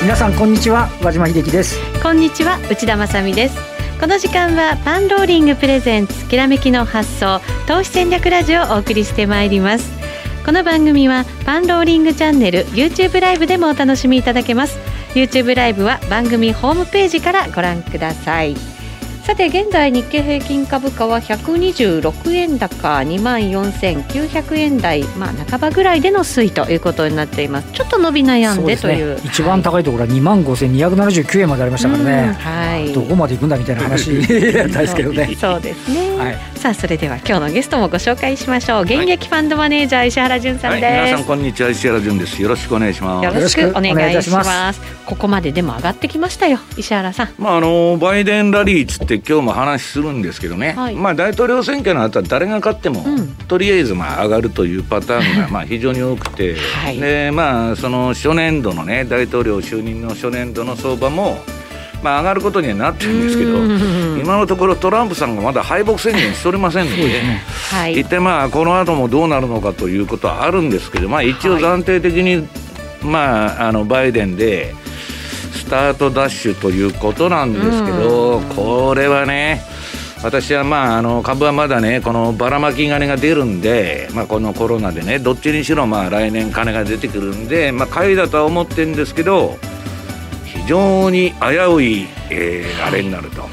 皆さんこんにちは、和島秀樹です。 こんにちは、内田まさみです。この時間はパンローリングプレゼンツきらめきの発想投資戦略ラジオをお送りしてまいります。この番組はパンローリングチャンネル YouTube ライブでもお楽しみいただけます。 YouTube ライブは番組ホームページからご覧ください。さて現在日経平均株価は126円高 24,900 円台、半ばぐらいでの推移ということになっています。ちょっと伸び悩んでという、 一番高いところは 25,279 円までありましたからね、どこまで行くんだみたいな話ですけどね。 そうですね、さあそれでは今日のゲストもご紹介しましょう。現役ファンドマネージャー石原潤さんです。 皆さんこんにちは、石原潤です。よろしくお願いします。 よろしくお願いします。ここまででも上がってきましたよ、石原さん。 バイデンラリーつって今日も話するんですけどね、大統領選挙の後は誰が勝っても、とりあえず上がるというパターンが非常に多くて、でその初年度のね、大統領就任の初年度の相場も上がることにはなってるんですけど、今のところトランプさんがまだ敗北宣言しておりませんので、一体この後もどうなるのかということはあるんですけど、一応暫定的に、バイデンでスタートダッシュということなんですけど、これはね、私は株はまだね、このばらまき金が出るんで、このコロナでね、どっちにしろ来年金が出てくるんで、買いだとは思ってるんですけど、非常に危うい、あれになると、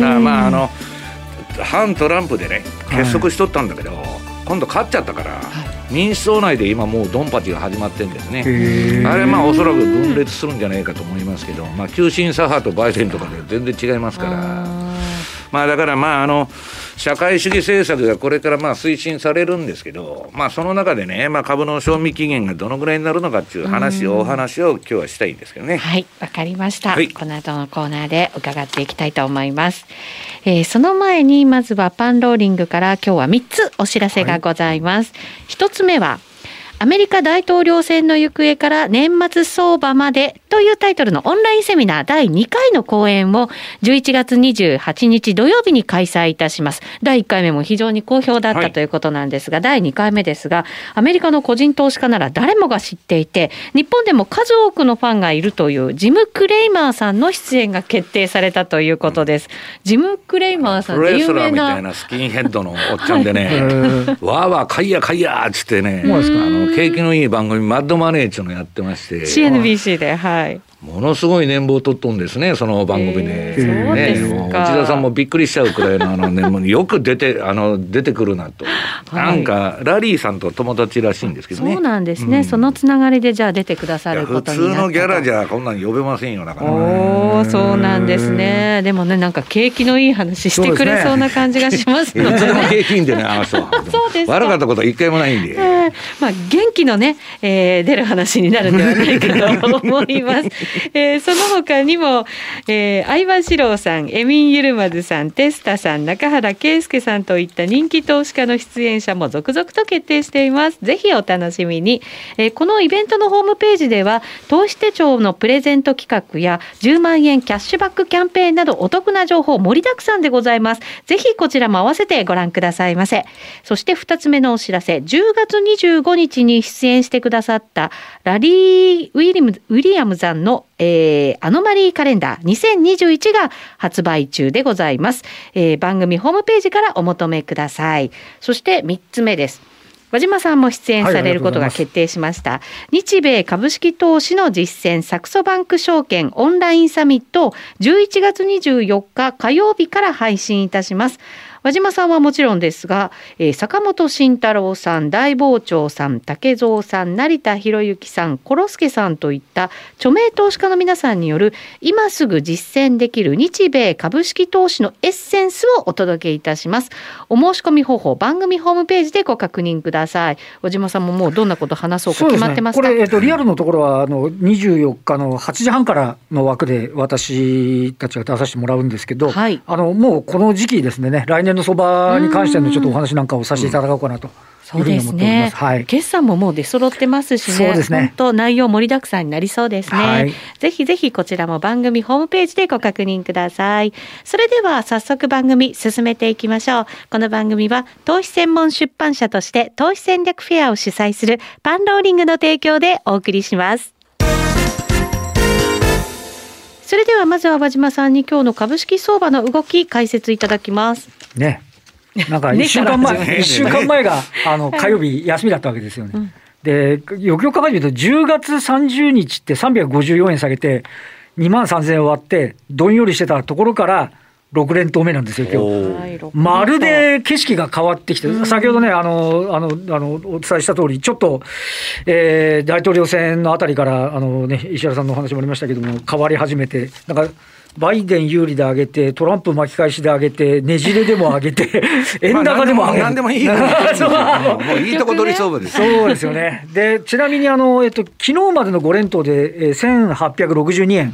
反トランプでね結束しとったんだけど、今度勝っちゃったから、民主党内で今もうドンパチが始まってるんですね。あれおそらく分裂するんじゃないかと思いますけど、急進左派とバイデンとかで全然違いますから、だから社会主義政策がこれから推進されるんですけど、その中でね、株の賞味期限がどのぐらいになるのかっていうお話を今日はしたいんですけどね。 はい、わかりました、この後のコーナーで伺っていきたいと思います。その前にまずはパンローリングから今日は3つお知らせがございます。1つ目はアメリカ大統領選の行方から年末相場までというタイトルのオンラインセミナー第2回の講演を11月28日土曜日に開催いたします。第1回目も非常に好評だったということなんですが、第2回目ですが、アメリカの個人投資家なら誰もが知っていて、日本でも数多くのファンがいるというジム・クレイマーさんの出演が決定されたということです。ジム・クレイマーさんって有名なプロレスラーみたいなスキンヘッドのおっちゃんでねわーわーかいやかいやっつってね、景気のいい番組マッドマネーっていうのやってまして、 CNBC で、 ものすごい年俸取っとんですね、その番組で、 そうですか。 内田さんもびっくりしちゃうくらいの年俸によく出てくるなと、なんかラリーさんと友達らしいんですけどね。 そうなんですね、そのつながりでじゃあ出てくださることになったと。 普通のギャラじゃこんなに呼べませんよ、なかなか。 そうなんですね。でもね、なんか景気のいい話してくれそうな感じがしますので、 いつでも景気いいんでね、 そうですか。 悪かったことは一回もないんで、 元気のね、出る話になるんではないかと思いますその他にも、相葉史郎さん、エミン・ユルマズさん、テスタさん、中原圭介さんといった人気投資家の出演者も続々と決定しています。ぜひお楽しみに。このイベントのホームページでは投資手帳のプレゼント企画や10万円キャッシュバックキャンペーンなどお得な情報盛りだくさんでございます。ぜひこちらも合わせてご覧くださいませ。そして2つ目のお知らせ、10月25日に出演してくださったラリー・ウィリアムさんのアノマリーカレンダー2021が発売中でございます。番組ホームページからお求めください。そして3つ目です。和島さんも出演されることが決定しました、日米株式投資の実践サクソバンク証券オンラインサミット11月24日火曜日から配信いたします。和島さんはもちろんですが、坂本慎太郎さん、大坊長さん、竹蔵さん、成田博之さん、コロスケさんといった著名投資家の皆さんによる今すぐ実践できる日米株式投資のエッセンスをお届けいたします。お申し込み方法、番組ホームページでご確認ください。和島さんももうどんなこと話そうか決まってますか？ これ、リアルのところは24日の8時半からの枠で私たちが出させてもらうんですけど、もうこの時期ですね、来年の相場に関してのちょっとお話なんかをさせていただこうかなというふうに思っております。 決算ももう出揃ってますしね、本当内容盛りだくさんになりそうですね。ぜひぜひこちらも番組ホームページでご確認ください。それでは早速番組進めていきましょう。この番組は投資専門出版社として投資戦略フェアを主催するパンローリングの提供でお送りします。 それではまずは和島さんに今日の株式相場の動き解説いただきますね。なんか1週間前、1週間前が火曜日休みだったわけですよね。で、よくよく考えてみると10月30日って354円下げて23,000円終わってどんよりしてたところから6連投目なんですよ今日。まるで景色が変わってきて、先ほどねお伝えした通りちょっと、大統領選のあたりから石原さんのお話もありましたけども変わり始めて、なんかバイデン有利で上げてトランプ巻き返しで上げてねじれでも上げて円高でも上げて、 何でもいいよもういいとこ取り相場です。 そうですよね。でちなみに昨日までの5連投で1862円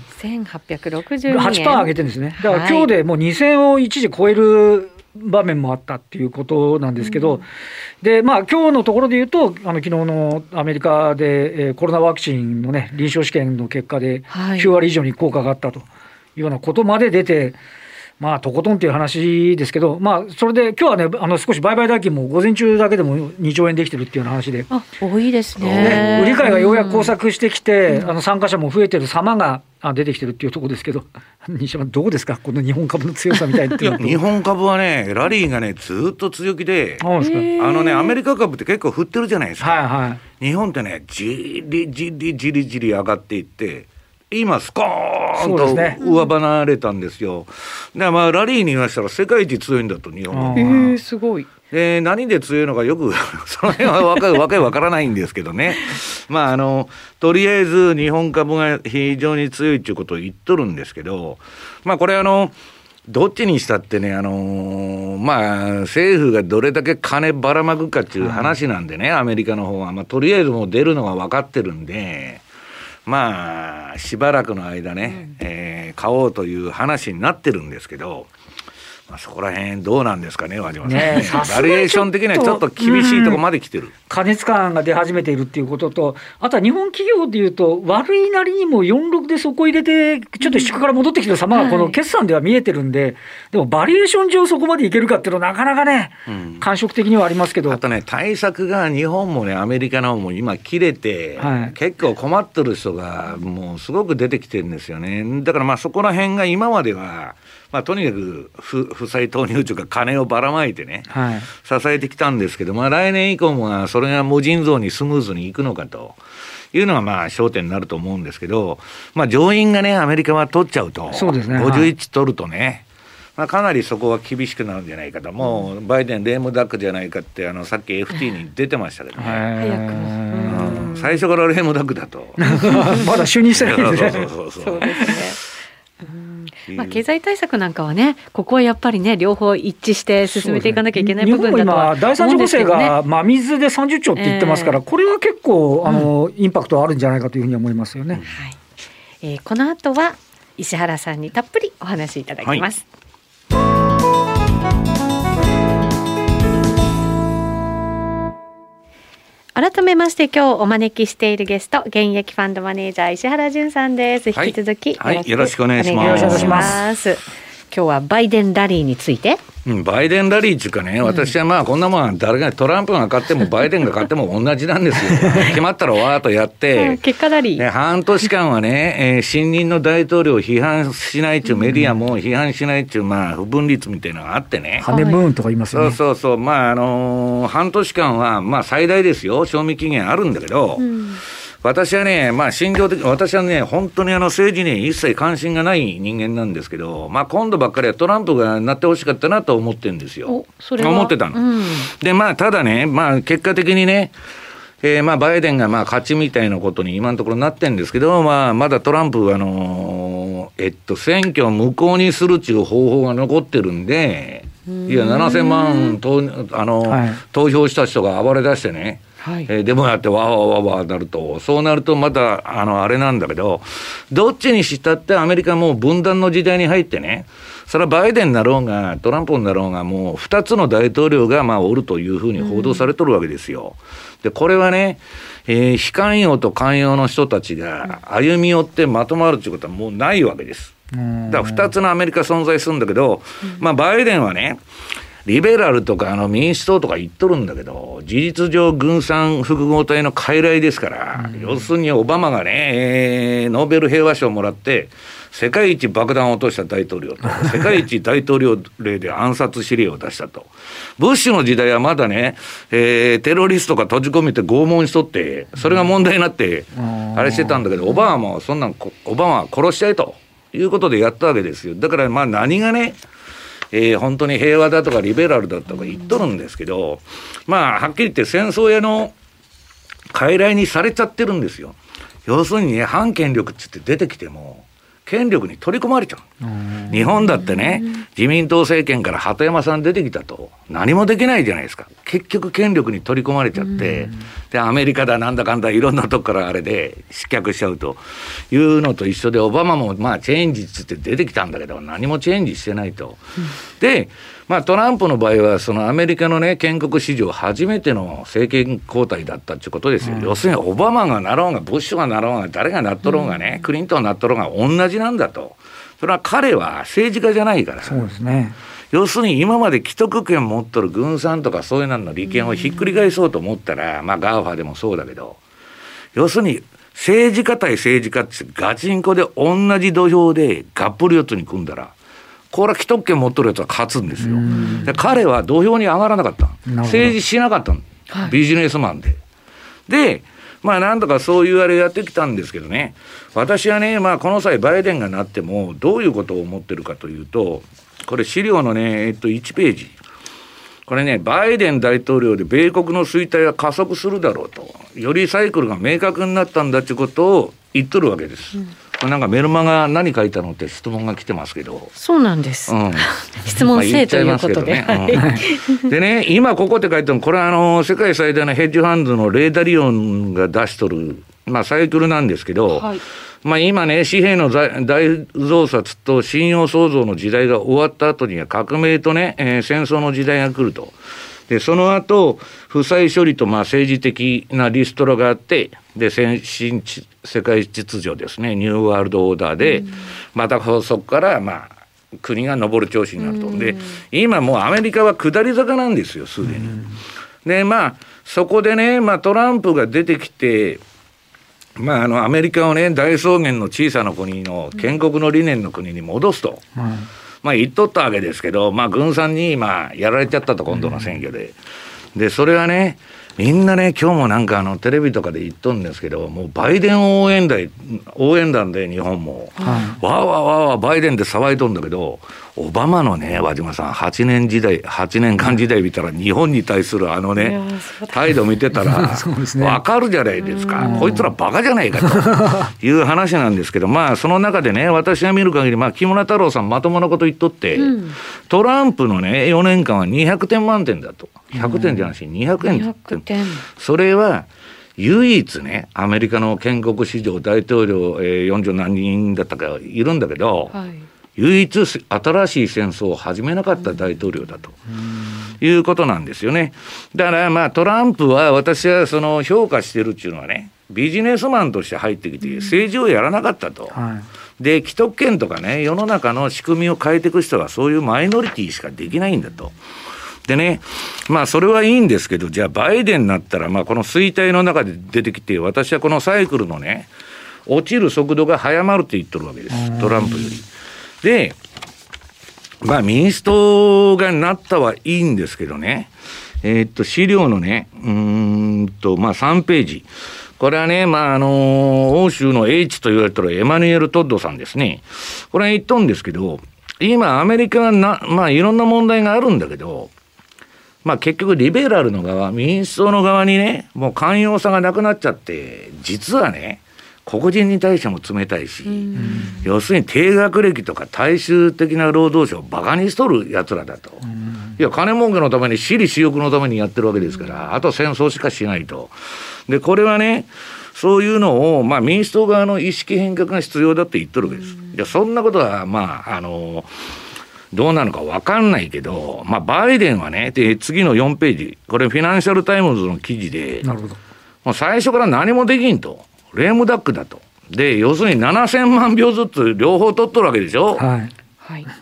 1862円 8% 上げてるんですね。だから今日でもう2000を一時超える場面もあったっていうことなんですけど、で今日のところで言うと昨日のアメリカで、コロナワクチンのね臨床試験の結果で9割以上に効果があったというようなことまで出て、とことんっていう話ですけど、それで今日はね少し売買代金も午前中だけでも2兆円できてるっていうような話で、 多いですね。 売り買いがようやく交錯してきて、参加者も増えてる様が出てきてるっていうところですけど、西山どうですかこの日本株の強さみたいっていうの。 日本株はねラリーがねずっと強気で、アメリカ株って結構振ってるじゃないですか、日本ってねじり上がっていって今スコーンと上離れたんですよ。だからラリーに言いましたら世界一強いんだと日本は。 すごい。 で何で強いのかよくその辺はわからないんですけどねとりあえず日本株が非常に強いということを言っとるんですけど、これどっちにしたってね政府がどれだけ金ばらまくかっていう話なんでね、アメリカの方はとりあえずもう出るのが分かってるんでしばらくの間ね、買おうという話になってるんですけど、そこら辺どうなんですかね和島さんね。バリエーション的にはちょっと厳しいところまで来てる、 過熱感が出始めているっていうことと、あとは日本企業でいうと悪いなりにも46で底入れてちょっと低から戻ってきてる様がこの決算では見えてるんで、でもバリエーション上そこまでいけるかっていうのはなかなかね、感触的にはありますけど、 あとね対策が日本もねアメリカの方も今切れて、結構困ってる人がもうすごく出てきてるんですよね。だからそこら辺が今まではとにかく負債投入というか金をばらまいてね、支えてきたんですけど、来年以降もそれが無尽蔵にスムーズにいくのかというのが焦点になると思うんですけど、上院がねアメリカは取っちゃうと、 そうですね、 51取るとね、かなりそこは厳しくなるんじゃないかと。もうバイデンレームダックじゃないかってさっき FT に出てましたけどね、最初からレームダックだとまだ就任してないんですね。そうですね。経済対策なんかはね、ここはやっぱりね両方一致して進めていかなきゃいけない部分だとは思うんですけどね。 日本も今第三次補正が真水で30兆って言ってますから、これは結構インパクトあるんじゃないかというふうに思いますよね。 この後は石原さんにたっぷりお話しいただきます。改めまして今日お招きしているゲスト、現役ファンドマネージャー石原潤さんです。引き続きよろしくお願いします。 今日はバイデンラリーについて。 バイデンラリーっていうかね、私はこんなもん誰がトランプが勝ってもバイデンが勝っても同じなんですよ。決まったらわーっとやって結果ラリー、 半年間はね、新任の大統領を批判しないっていう、メディアも批判しないっていう不分率みたいなのがあってね、 ハネムーンとか言いますよね。 そう半年間は最大ですよ、賞味期限あるんだけど、私はね、心情的、私はね、本当に政治に一切関心がない人間なんですけど、今度ばっかりはトランプがなってほしかったなと思ってるんですよ。思ってたの。で、ただね、結果的にね、バイデンが勝ちみたいなことに今のところなってるんですけど、まだトランプは選挙を無効にするっていう方法が残ってるんで、いや7000万投票した人が暴れ出してね、デモやってわーわーわーなると、そうなるとまたあれなんだけど、どっちにしたってアメリカもう分断の時代に入ってね、それはバイデンになろうがトランプになろうがもう2つの大統領がおるというふうに報道されとるわけですよ。でこれはね、非寛容と寛容の人たちが歩み寄ってまとまるということはもうないわけです。だから2つのアメリカ存在するんだけど、バイデンはねリベラルとか民主党とか言っとるんだけど、事実上軍産複合体の傀儡ですから、要するにオバマがね、ノーベル平和賞をもらって世界一爆弾を落とした大統領と世界一大統領令で暗殺指令を出したと。ブッシュの時代はまだね、テロリストが閉じ込めて拷問しとって、それが問題になってあれしてたんだけど、オバマもそんなんオバマは殺しちゃえということでやったわけですよ。だからまあ何がね、本当に平和だとかリベラルだとか言っとるんですけど、まあはっきり言って戦争屋の傀儡にされちゃってるんですよ。要するにね、反権力って言って出てきても権力に取り込まれちゃう。日本だってね、自民党政権から鳩山さん出てきたと何もできないじゃないですか。結局権力に取り込まれちゃって、でアメリカだなんだかんだいろんなとこからあれで失脚しちゃうというのと一緒で、オバマもまあチェンジって出てきたんだけど何もチェンジしてないと。でまあトランプの場合はそのアメリカのね、建国史上初めての政権交代だったってことですよ。要するにオバマがなろうがブッシュがなろうが誰がなっとろうがね、クリントンがなっとろうが同じなんだと。それは彼は政治家じゃないから。 そうですね。 要するに今まで既得権持っとる軍産とかそういうのの利権をひっくり返そうと思ったら、まあガーファでもそうだけど、要するに政治家対政治家ってガチンコで同じ土俵でがっぷり四つに組んだら、これは既得権持っとるやつは勝つんですよ。で彼は土俵に上がらなかった。政治しなかったの、はい、ビジネスマンで。でまあなんとかそういうあれやってきたんですけどね、私はね、まあこの際バイデンがなってもどういうことを思ってるかというと、これ資料のね、1ページ。これね、バイデン大統領で米国の衰退は加速するだろうと、よりサイクルが明確になったんだということを言っとるわけです。これなんかメルマが何書いたのって質問が来てますけど。 そうなんです。質問せえということで。 でね、今ここって書いても、これは世界最大のヘッジファンドのレーダリオンが出しとる、まあサイクルなんですけど、はい、まあ今ね、紙幣の大増刷と信用創造の時代が終わった後には革命とね、戦争の時代が来ると。でその後負債処理とまあ政治的なリストラがあって、で新世界秩序ですね、ニューワールドオーダーで、またそこからまあ国が上る調子になると。で今もうアメリカは下り坂なんですよ、すでに。でまあそこでね、まあ、トランプが出てきて、まあ、アメリカをね、大草原の小さな国の建国の理念の国に戻すと、まあ、言っとったわけですけど、まあ、軍産に今やられちゃったと、今度の選挙で。でそれはね、みんなね、今日もなんかテレビとかで言っとるんですけど、もうバイデン応援団で日本も、わーわーわーバイデンで騒いとるんだけど、オバマのね、和島さん8年間時代見たら、日本に対する態度見てたら分かるじゃないですか。こいつらバカじゃないかという話なんですけど、まあその中でね、私が見る限り、まあ木村太郎さんまともなこと言っとって、トランプのね4年間は200点満点だと。100点じゃなし200点。それは唯一ね、アメリカの建国史上大統領、40何人だったかいるんだけど、唯一新しい戦争を始めなかった大統領だということなんですよね。だからまあトランプは、私はその評価してるっていうのはね、ビジネスマンとして入ってきて政治をやらなかったと。で既得権とかね、世の中の仕組みを変えていく人はそういうマイノリティしかできないんだと。でね、まあそれはいいんですけど、じゃあバイデンになったら、まあこの衰退の中で出てきて、私はこのサイクルのね、落ちる速度が早まるって言っとるわけです、トランプより。でまあ民主党がなったはいいんですけどね、資料のね、まあ3ページ。これはね、まあ欧州の H と言われてるエマニュエル・トッドさんですね。これは言っとるんですけど、今アメリカはまあいろんな問題があるんだけど、まあ結局リベラルの側、民主党の側にね、もう寛容さがなくなっちゃって、実はね、黒人に対しても冷たいし、要するに低学歴とか大衆的な労働者をバカにしとるやつらだと。いや金儲けのために私利私欲のためにやってるわけですから、あと戦争しかしないと。でこれはね、そういうのを、まあ、民主党側の意識変革が必要だって言っとるわけです。いやそんなことはまあどうなのか分かんないけど、まあ、バイデンはね、で次の4ページ、これフィナンシャルタイムズの記事で、 なるほど、 もう最初から何もできんと、レームダックだと。で要するに7000万票ずつ両方取っとるわけでしょ。 はい、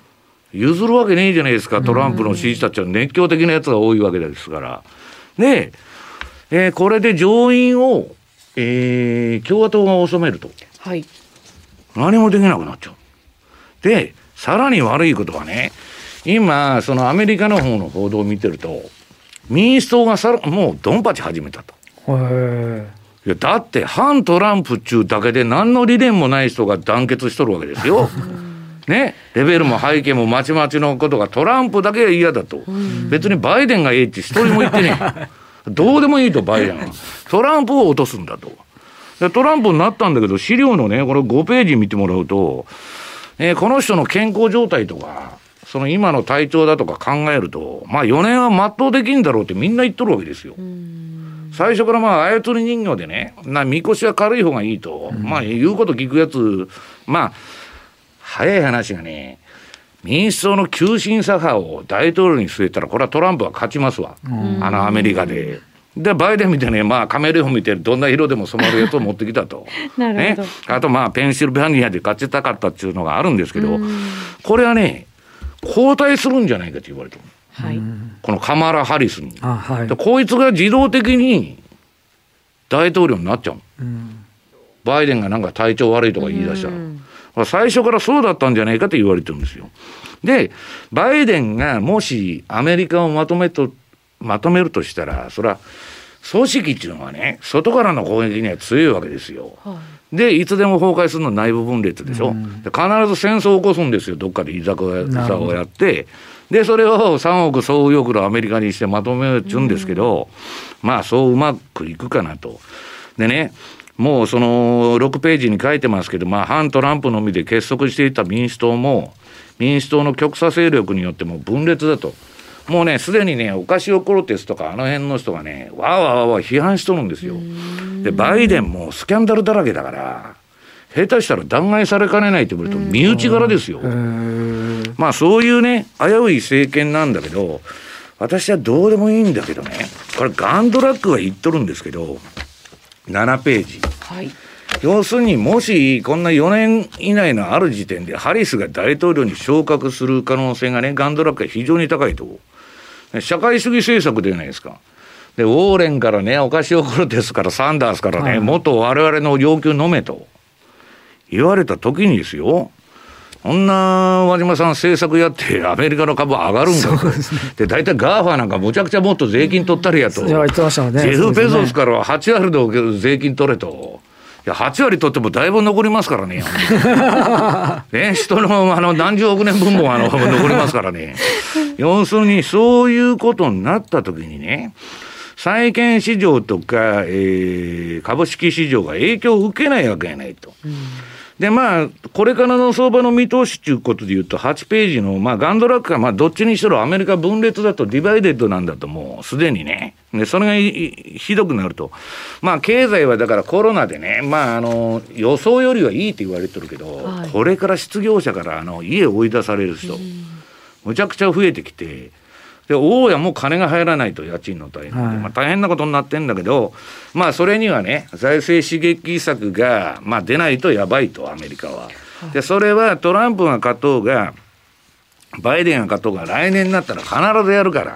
譲るわけねえじゃないですか。トランプの支持者たちは熱狂的なやつが多いわけですから。で、これで上院を、共和党が収めると、 はい、 何もできなくなっちゃう。で、さらに悪いことはね、今そのアメリカの方の報道を見てると、民主党がもうドンパチ始めたと。いやだって反トランプっちゅうだけで何の理念もない人が団結しとるわけですよ。ね、レベルも背景もまちまちのことがトランプだけが嫌だと。別にバイデンがええって一人も言ってねえ。どうでもいいと、バイデンは。トランプを落とすんだと。でトランプになったんだけど、資料のね、これ5ページ見てもらうと、この人の健康状態とか、その今の体調だとか考えると、まあ4年は全うできんだろうってみんな言っとるわけですよ。最初からまあ操り人形でね、みこしは軽い方がいいと、まあ言うこと聞くやつ、まあ、早い話がね、民主党の急進左派を大統領に据えたら、これはトランプは勝ちますわ。アメリカで。で、バイデンみたいに、まあ、カメレオンみたいにどんな色でも染まるやつを持ってきたと。 なるほど。 ね。あと、まあ、ペンシルベニアで勝ちたかったっていうのがあるんですけど、これはね、交代するんじゃないかと言われてる。 はい。 このカマラ・ハリスに。 はい、 でこいつが自動的に大統領になっちゃう。バイデンがなんか体調悪いとか言い出したら。最初からそうだったんじゃないかと言われてるんですよ。で、バイデンがもしアメリカをまとめるとしたら、それは組織っていうのはね、外からの攻撃には強いわけですよ。で、いつでも崩壊するのは内部分裂でしょ。で必ず戦争を起こすんですよ。どっかでいざこざをやって。で、それを3億総用のアメリカにしてまとめるっちゅうんですけど、まあそううまくいくかなと。でね、もうその6ページに書いてますけど、まあ反トランプのみで結束していた民主党も、民主党の極左勢力によっても分裂だと。もうね、すでにね、オカシオ・コルテスとかあの辺の人がね、わーわーわー批判しとるんですよ。で、バイデンもスキャンダルだらけだから、下手したら弾劾されかねないと言われると身内柄ですよ。まあそういうね、危うい政権なんだけど、私はどうでもいいんだけどね、これガンドラックは言っとるんですけど、7ページ。 はい。 要するにもしこんな4年以内のある時点でハリスが大統領に昇格する可能性がね、ガンドラックは非常に高いと。社会主義政策ではないですか。で、ウォーレンからね、オカシオ・コルテスからサンダースからね、もっと我々の要求飲めと言われた時にですよ、こんな和島さん政策やってアメリカの株上がるんだと。で、大体ガーファなんかむちゃくちゃもっと税金取ったりやと。ジェフ・ベゾスからは8割の税金取れと。いや、8割取ってもだいぶ残りますからね。ね、人の何十億年分も残りますからね。要するにそういうことになった時にね、債券市場とか、株式市場が影響を受けないわけやないと。で、まあ、これからの相場の見通しということで言うと、8ページの、まあ、ガンドラックが、まあ、どっちにしろアメリカ分裂だと、ディバイデッドなんだと、もうすでにね。で、それがひどくなると。まあ、経済はだからコロナでね、まあ、予想よりはいいって言われてるけど、はい、これから失業者から家を追い出される人、むちゃくちゃ増えてきて、で、大家も金が入らないと、家賃の大変で、まあ、大変なことになってんだけど、まあ、それにはね、財政刺激策が、まあ、出ないとやばいと、アメリカは。で、それはトランプが勝とうが、バイデンが勝とうが、来年になったら必ずやるから。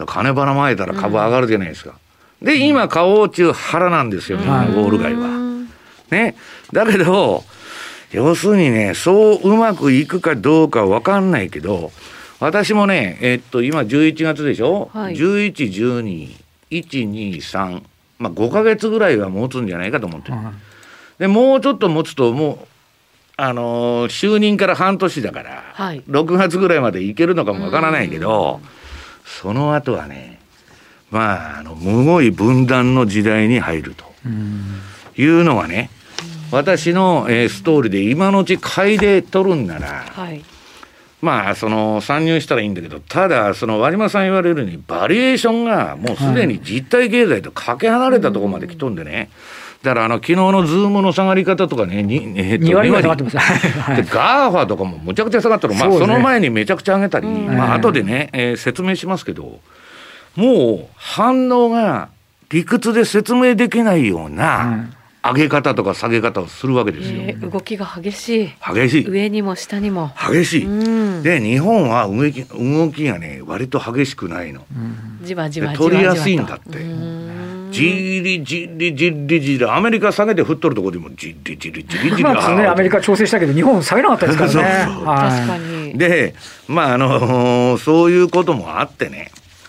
金ばらまいたら株上がるじゃないですか。で、今、買おう中腹なんですよ、ウォール街は。ね。だけど、要するにね、そううまくいくかどうかわかんないけど、私もね、今11月でしょ、はい、11、12、1、2、3、まあ5ヶ月ぐらいは持つんじゃないかと思ってる。で、もうちょっと持つと、もう、就任から半年だから、はい、6月ぐらいまでいけるのかもわからないけど、その後はね、まあ、むごい分断の時代に入るというのがね、私の、ストーリーで今のうち買いで取るんなら、はい、まあ、参入したらいいんだけど、ただ、和島さん言われるように、バリエーションがもうすでに実体経済とかけ離れたところまで来とんでね、だから昨日のズームの下がり方とかね、2割ぐらい下がってます。で、ガーファとかもむちゃくちゃ下がったの、まあ、その前にめちゃくちゃ上げたり、まあ、後でね、説明しますけど、もう反応が理屈で説明できないような、 上げ方とか下げ方をするわけですよ。 動きが激しい。 激しい。 上にも下にも激しい。で日本は動きがね割と激しくないの。 じわじわじわじわと取りやすいんだって。じりじりじりじりアメリカ下げて振っとるところでもじりじりじりじりね、アメリカ調整したけど日本下げなかったですからね。 そう確かに。 でそういうこともあってね、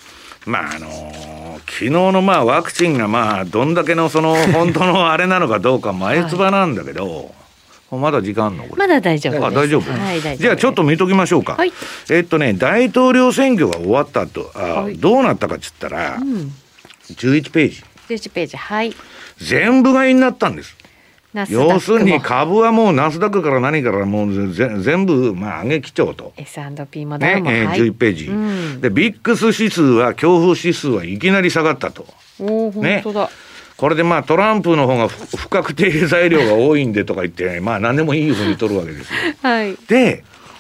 昨日のワクチンがどんだけの本当のあれなのかどうか前つばなんだけど、まだ時間あんのこれ。 まだ大丈夫です。 大丈夫、 はい、大丈夫。 じゃあちょっと見ときましょうか。 はい、 大統領選挙が終わった後どうなったかっつったら、11ページ 11ページ、はい、 全部買いになったんです。要するに株はもうナスダックから何からもう全部上げ基調と S&P もダウンも、 11ページ、でビックス指数は恐怖指数はいきなり下がったと。 本当だ。 これでトランプの方が不確定材料が多いんでとか言って何でもいいふうに取るわけですよ。 はい、で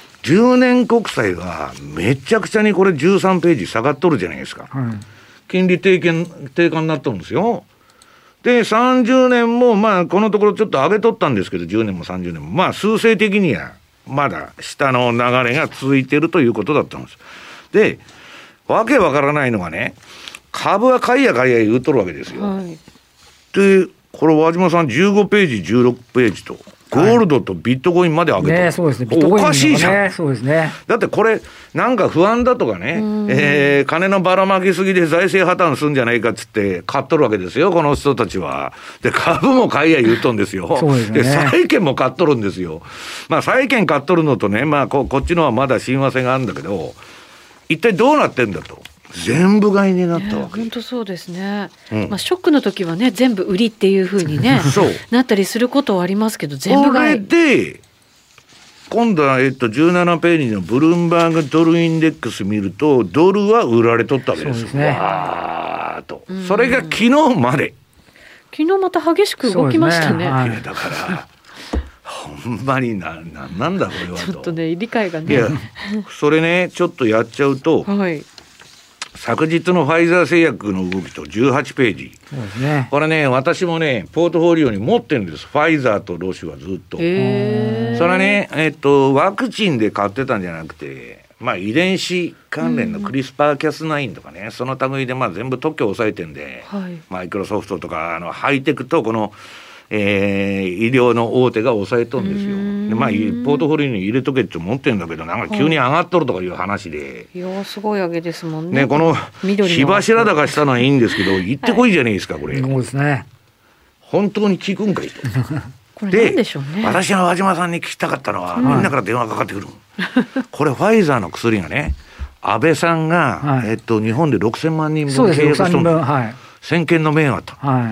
10年国債はめちゃくちゃにこれ13ページ下がっとるじゃないですか、金利低下になっとるんですよ。で30年もこのところちょっと上げとったんですけど10年も30年も数勢的にはまだ下の流れが続いているということだったんです。でわけわからないのがね、株は買いや言うとるわけですよ、でこれ和島さん15ページ16ページとゴールドとビットコインまで上げて、 そうですね、ビットコインおかしいじゃん。 そうですね。 だってこれなんか不安だとかね、金のばらまきすぎで財政破綻するんじゃないかっつって買っとるわけですよこの人たちは。で株も買いや言うとんですよ。 そうですね。 で債券も買っとるんですよ。債券買っとるのとねこっちのはまだ親和性があるんだけど、一体どうなってんだと。全部買いになったわけ。 本当そうですね、ショックの時はね全部売りっていう風にねなったりすることはありますけど、全部買い。 これで今度は17ページのブルームバーグドルインデックス見るとドルは売られとったわけですよ。 そうですね。 わーっとそれが昨日まで。 昨日また激しく動きましたね。 いやだからほんまになんだこれはとちょっとね理解がね。 いやそれねちょっとやっちゃうと、昨日のファイザー製薬の動きと18ページ、 そうですね、 これね私もねポートフォリオに持ってるんです。ファイザーとロシュはずっと。それはねワクチンで買ってたんじゃなくて遺伝子関連のクリスパーキャス9とかね、その類で全部特許を抑えてんで、マイクロソフトとかハイテクとこの医療の大手が抑えとんですよ。でポートフォリオに入れとけって思ってるんだけどなんか急に上がっとるとかいう話で、 いやすごい上げですもんね。 この火柱高したのはいいんですけど行ってこいじゃないですかこれ。 そうですね。 本当に効くんかいとこれなんでしょうね。 私の和島さんに聞きたかったのは、みんなから電話かかってくるこれファイザーの薬がね安倍さんが、日本で6000万人分契約しとんだ、先見の明があった、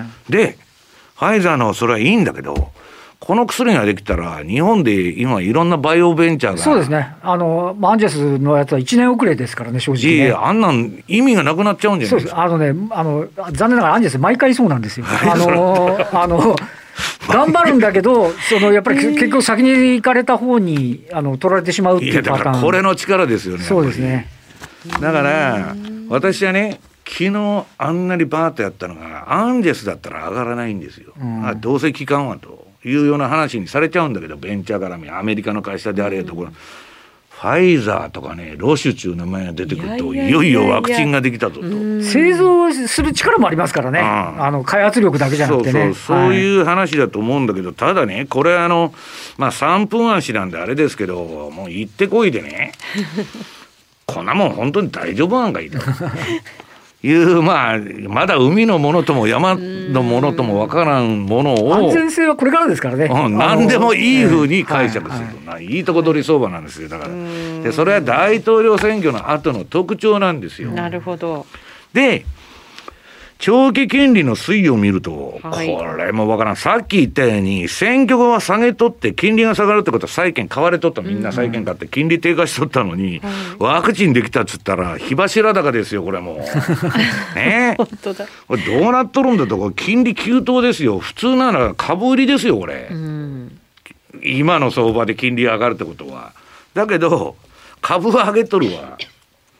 でファイザーのそれはいいんだけどこの薬ができたら日本で今いろんなバイオベンチャーが。 そうですね。アンジェスのやつは1年遅れですからね正直ね。 あんなん意味がなくなっちゃうんじゃないですか。 そうです。残念ながらアンジェス毎回そうなんですよ。頑張るんだけどやっぱり結局先に行かれた方に取られてしまうっていうパターン。 だからこれの力ですよね。 そうですね。 だから私はね昨日あんなにバーッとやったのがアンジェスだったら上がらないんですよ、どうせ期間はというような話にされちゃうんだけど、ベンチャー絡みアメリカの会社であれところ、ファイザーとかねロシュっていう名前が出てくるといよいよワクチンができたぞと。 製造する力もありますからね、開発力だけじゃなくてね。 そういう話だと思うんだけど、ただねこれ3分足なんであれですけどもう行ってこいでねこんなもん本当に大丈夫なんかいいというまだ海のものとも山のものとも分からんものを安全性はこれからですからね、 何でもいい風に解釈すると、いいとこ取り相場なんですよ。だからでそれは大統領選挙の後の特徴なんですよ。 なるほど。 で長期金利の推移を見ると、これもわからん。さっき言ったように選挙後は下げとって金利が下がるってことは債券買われとった。みんな債券買って金利低下しとったのに、ワクチンできたっつったら火柱高ですよこれもね。 本当だ。 これどうなっとるんだと。これ金利急騰ですよ。普通なら株売りですよこれ、今の相場で金利上がるってことは。だけど株は上げとるわ。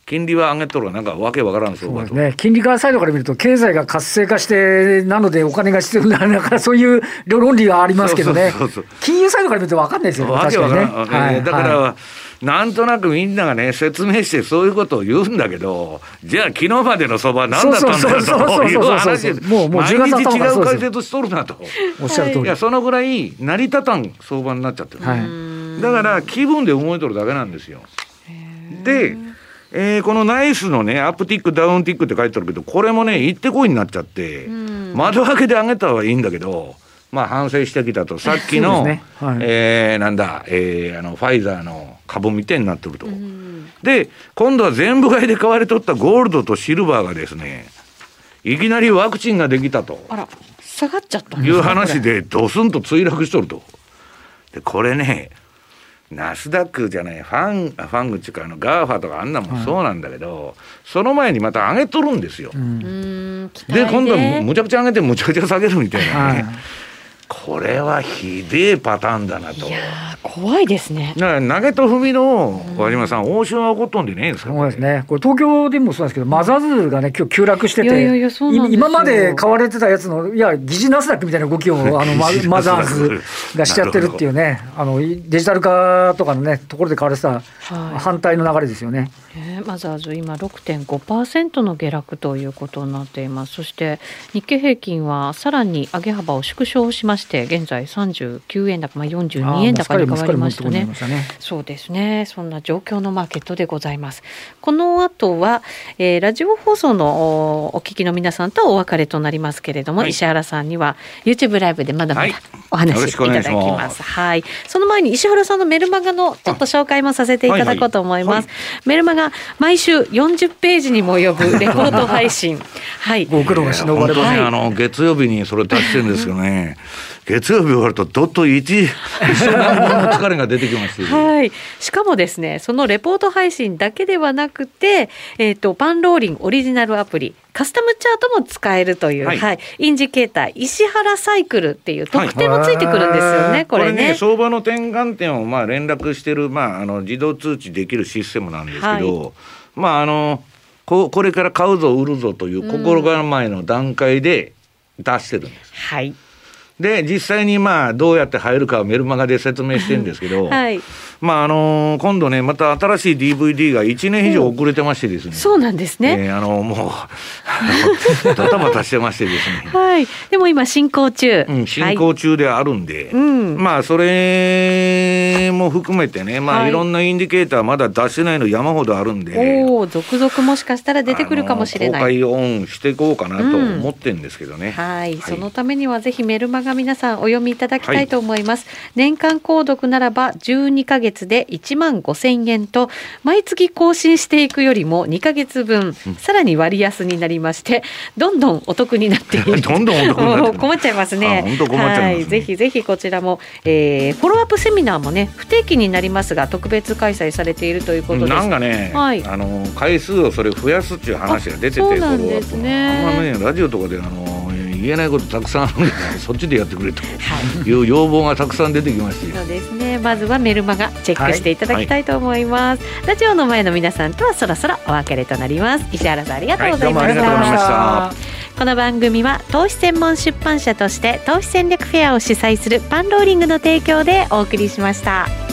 金利は上げとるなんかわけわからんそうですね。金利サイドから見ると経済が活性化してなのでお金が必要になるからそういう論理がありますけどね。金融サイドから見ると分かんないですよね。 わけわからん、だから、なんとなくみんながね説明してそういうことを言うんだけど、じゃあ昨日までの相場何だったんだよという話で毎日違う解説しとるなとおっしゃる通り。 いやそのぐらい成り立たん相場になっちゃってる、だから気分で動いとるだけなんですよ。でこのナイスのねアップティックダウンティックって書いてあるけど、これもね行ってこいになっちゃって、窓開けで上げたはいいんだけど、まあ反省してきたと。さっきの、ねなんだ、ファイザーの株みたいになってると、で今度は全部買いで買われとったゴールドとシルバーがですね、いきなりワクチンができたと下がっちゃったいう話でドスンと墜落しとると。でこれねナスダックじゃないファングっていうかガーファとかあんなもそうなんだけど、その前にまた上げとるんですよ。で今度はむちゃくちゃ上げてむちゃくちゃ下げるみたいなね、これはひでえパターンだなと。 いや怖いですね。 投げと踏みの和島さん、応酬は起こっとんでねえんですか。 そうですね。これ東京でもそうなんですけど、マザーズがね今日急落してて、今まで買われてたやつの疑似ナスダックみたいな動きをマザーズがしちゃってるっていうね、デジタル化とかのねところで買われてた反対の流れですよね。 マザーズ今 6.5% の下落ということになっています。そして日経平均はさらに上げ幅を縮小しまして、現在39円高、42円高に変わりましたね。そうですね。そんな状況のマーケットでございます。この後は、ラジオ放送のお聞きの皆さんとお別れとなりますけれども、石原さんには YouTube ライブでまだまだお話しいただきます。その前に石原さんのメルマガのちょっと紹介もさせていただこうと思います。メルマガ毎週40ページにも及ぶレポート配信ご苦労がしのばれますね。月曜日にそれ出してるんですけどね月曜日終わるとどっと一週間分の疲れが出てきますよしかもですね、そのレポート配信だけではなくて、パンローリングオリジナルアプリカスタムチャートも使えるという、インジケーター石原サイクルっていう特典もついてくるんですよね。これね相場の転換点を連絡してる、自動通知できるシステムなんですけど、これから買うぞ売るぞという心構えの段階で出してるんです。で実際にどうやって入るかはメルマガで説明してるんですけど、今度ねまた新しい DVD が1年以上遅れてましてですね。 そうなんですね。 もうバタバタしてましてですねでも今進行中、 進行中であるんで、それも含めてね、いろんなインディケーターまだ出してないの山ほどあるんで、 続々もしかしたら出てくるかもしれない。 公開オンしていこうかなと思ってるんですけどね。 そのためにはぜひメルマガ皆さんお読みいただきたいと思います。年間購読ならば12ヶ月で15,000円と、毎月更新していくよりも2ヶ月分、さらに割安になりまして、どんどんお得になっているどんどんお得になってる困っちゃいますね。 本当困っちゃいますね。 ぜひぜひこちらも、フォローアップセミナーもね不定期になりますが特別開催されているということです。 なんかね、回数をそれ増やすっていう話が出てて、 そうなんですね。 あんまねラジオとかで言えないことたくさんあるんで、そっちでやってくれという要望がたくさん出てきまして、 そうですね。まずはメルマガチェックしていただきたいと思います。ラジオの前の皆さんとはそろそろお別れとなります。石原さんありがとうございました。この番組は投資専門出版社として投資戦略フェアを主催するパンローリングの提供でお送りしました。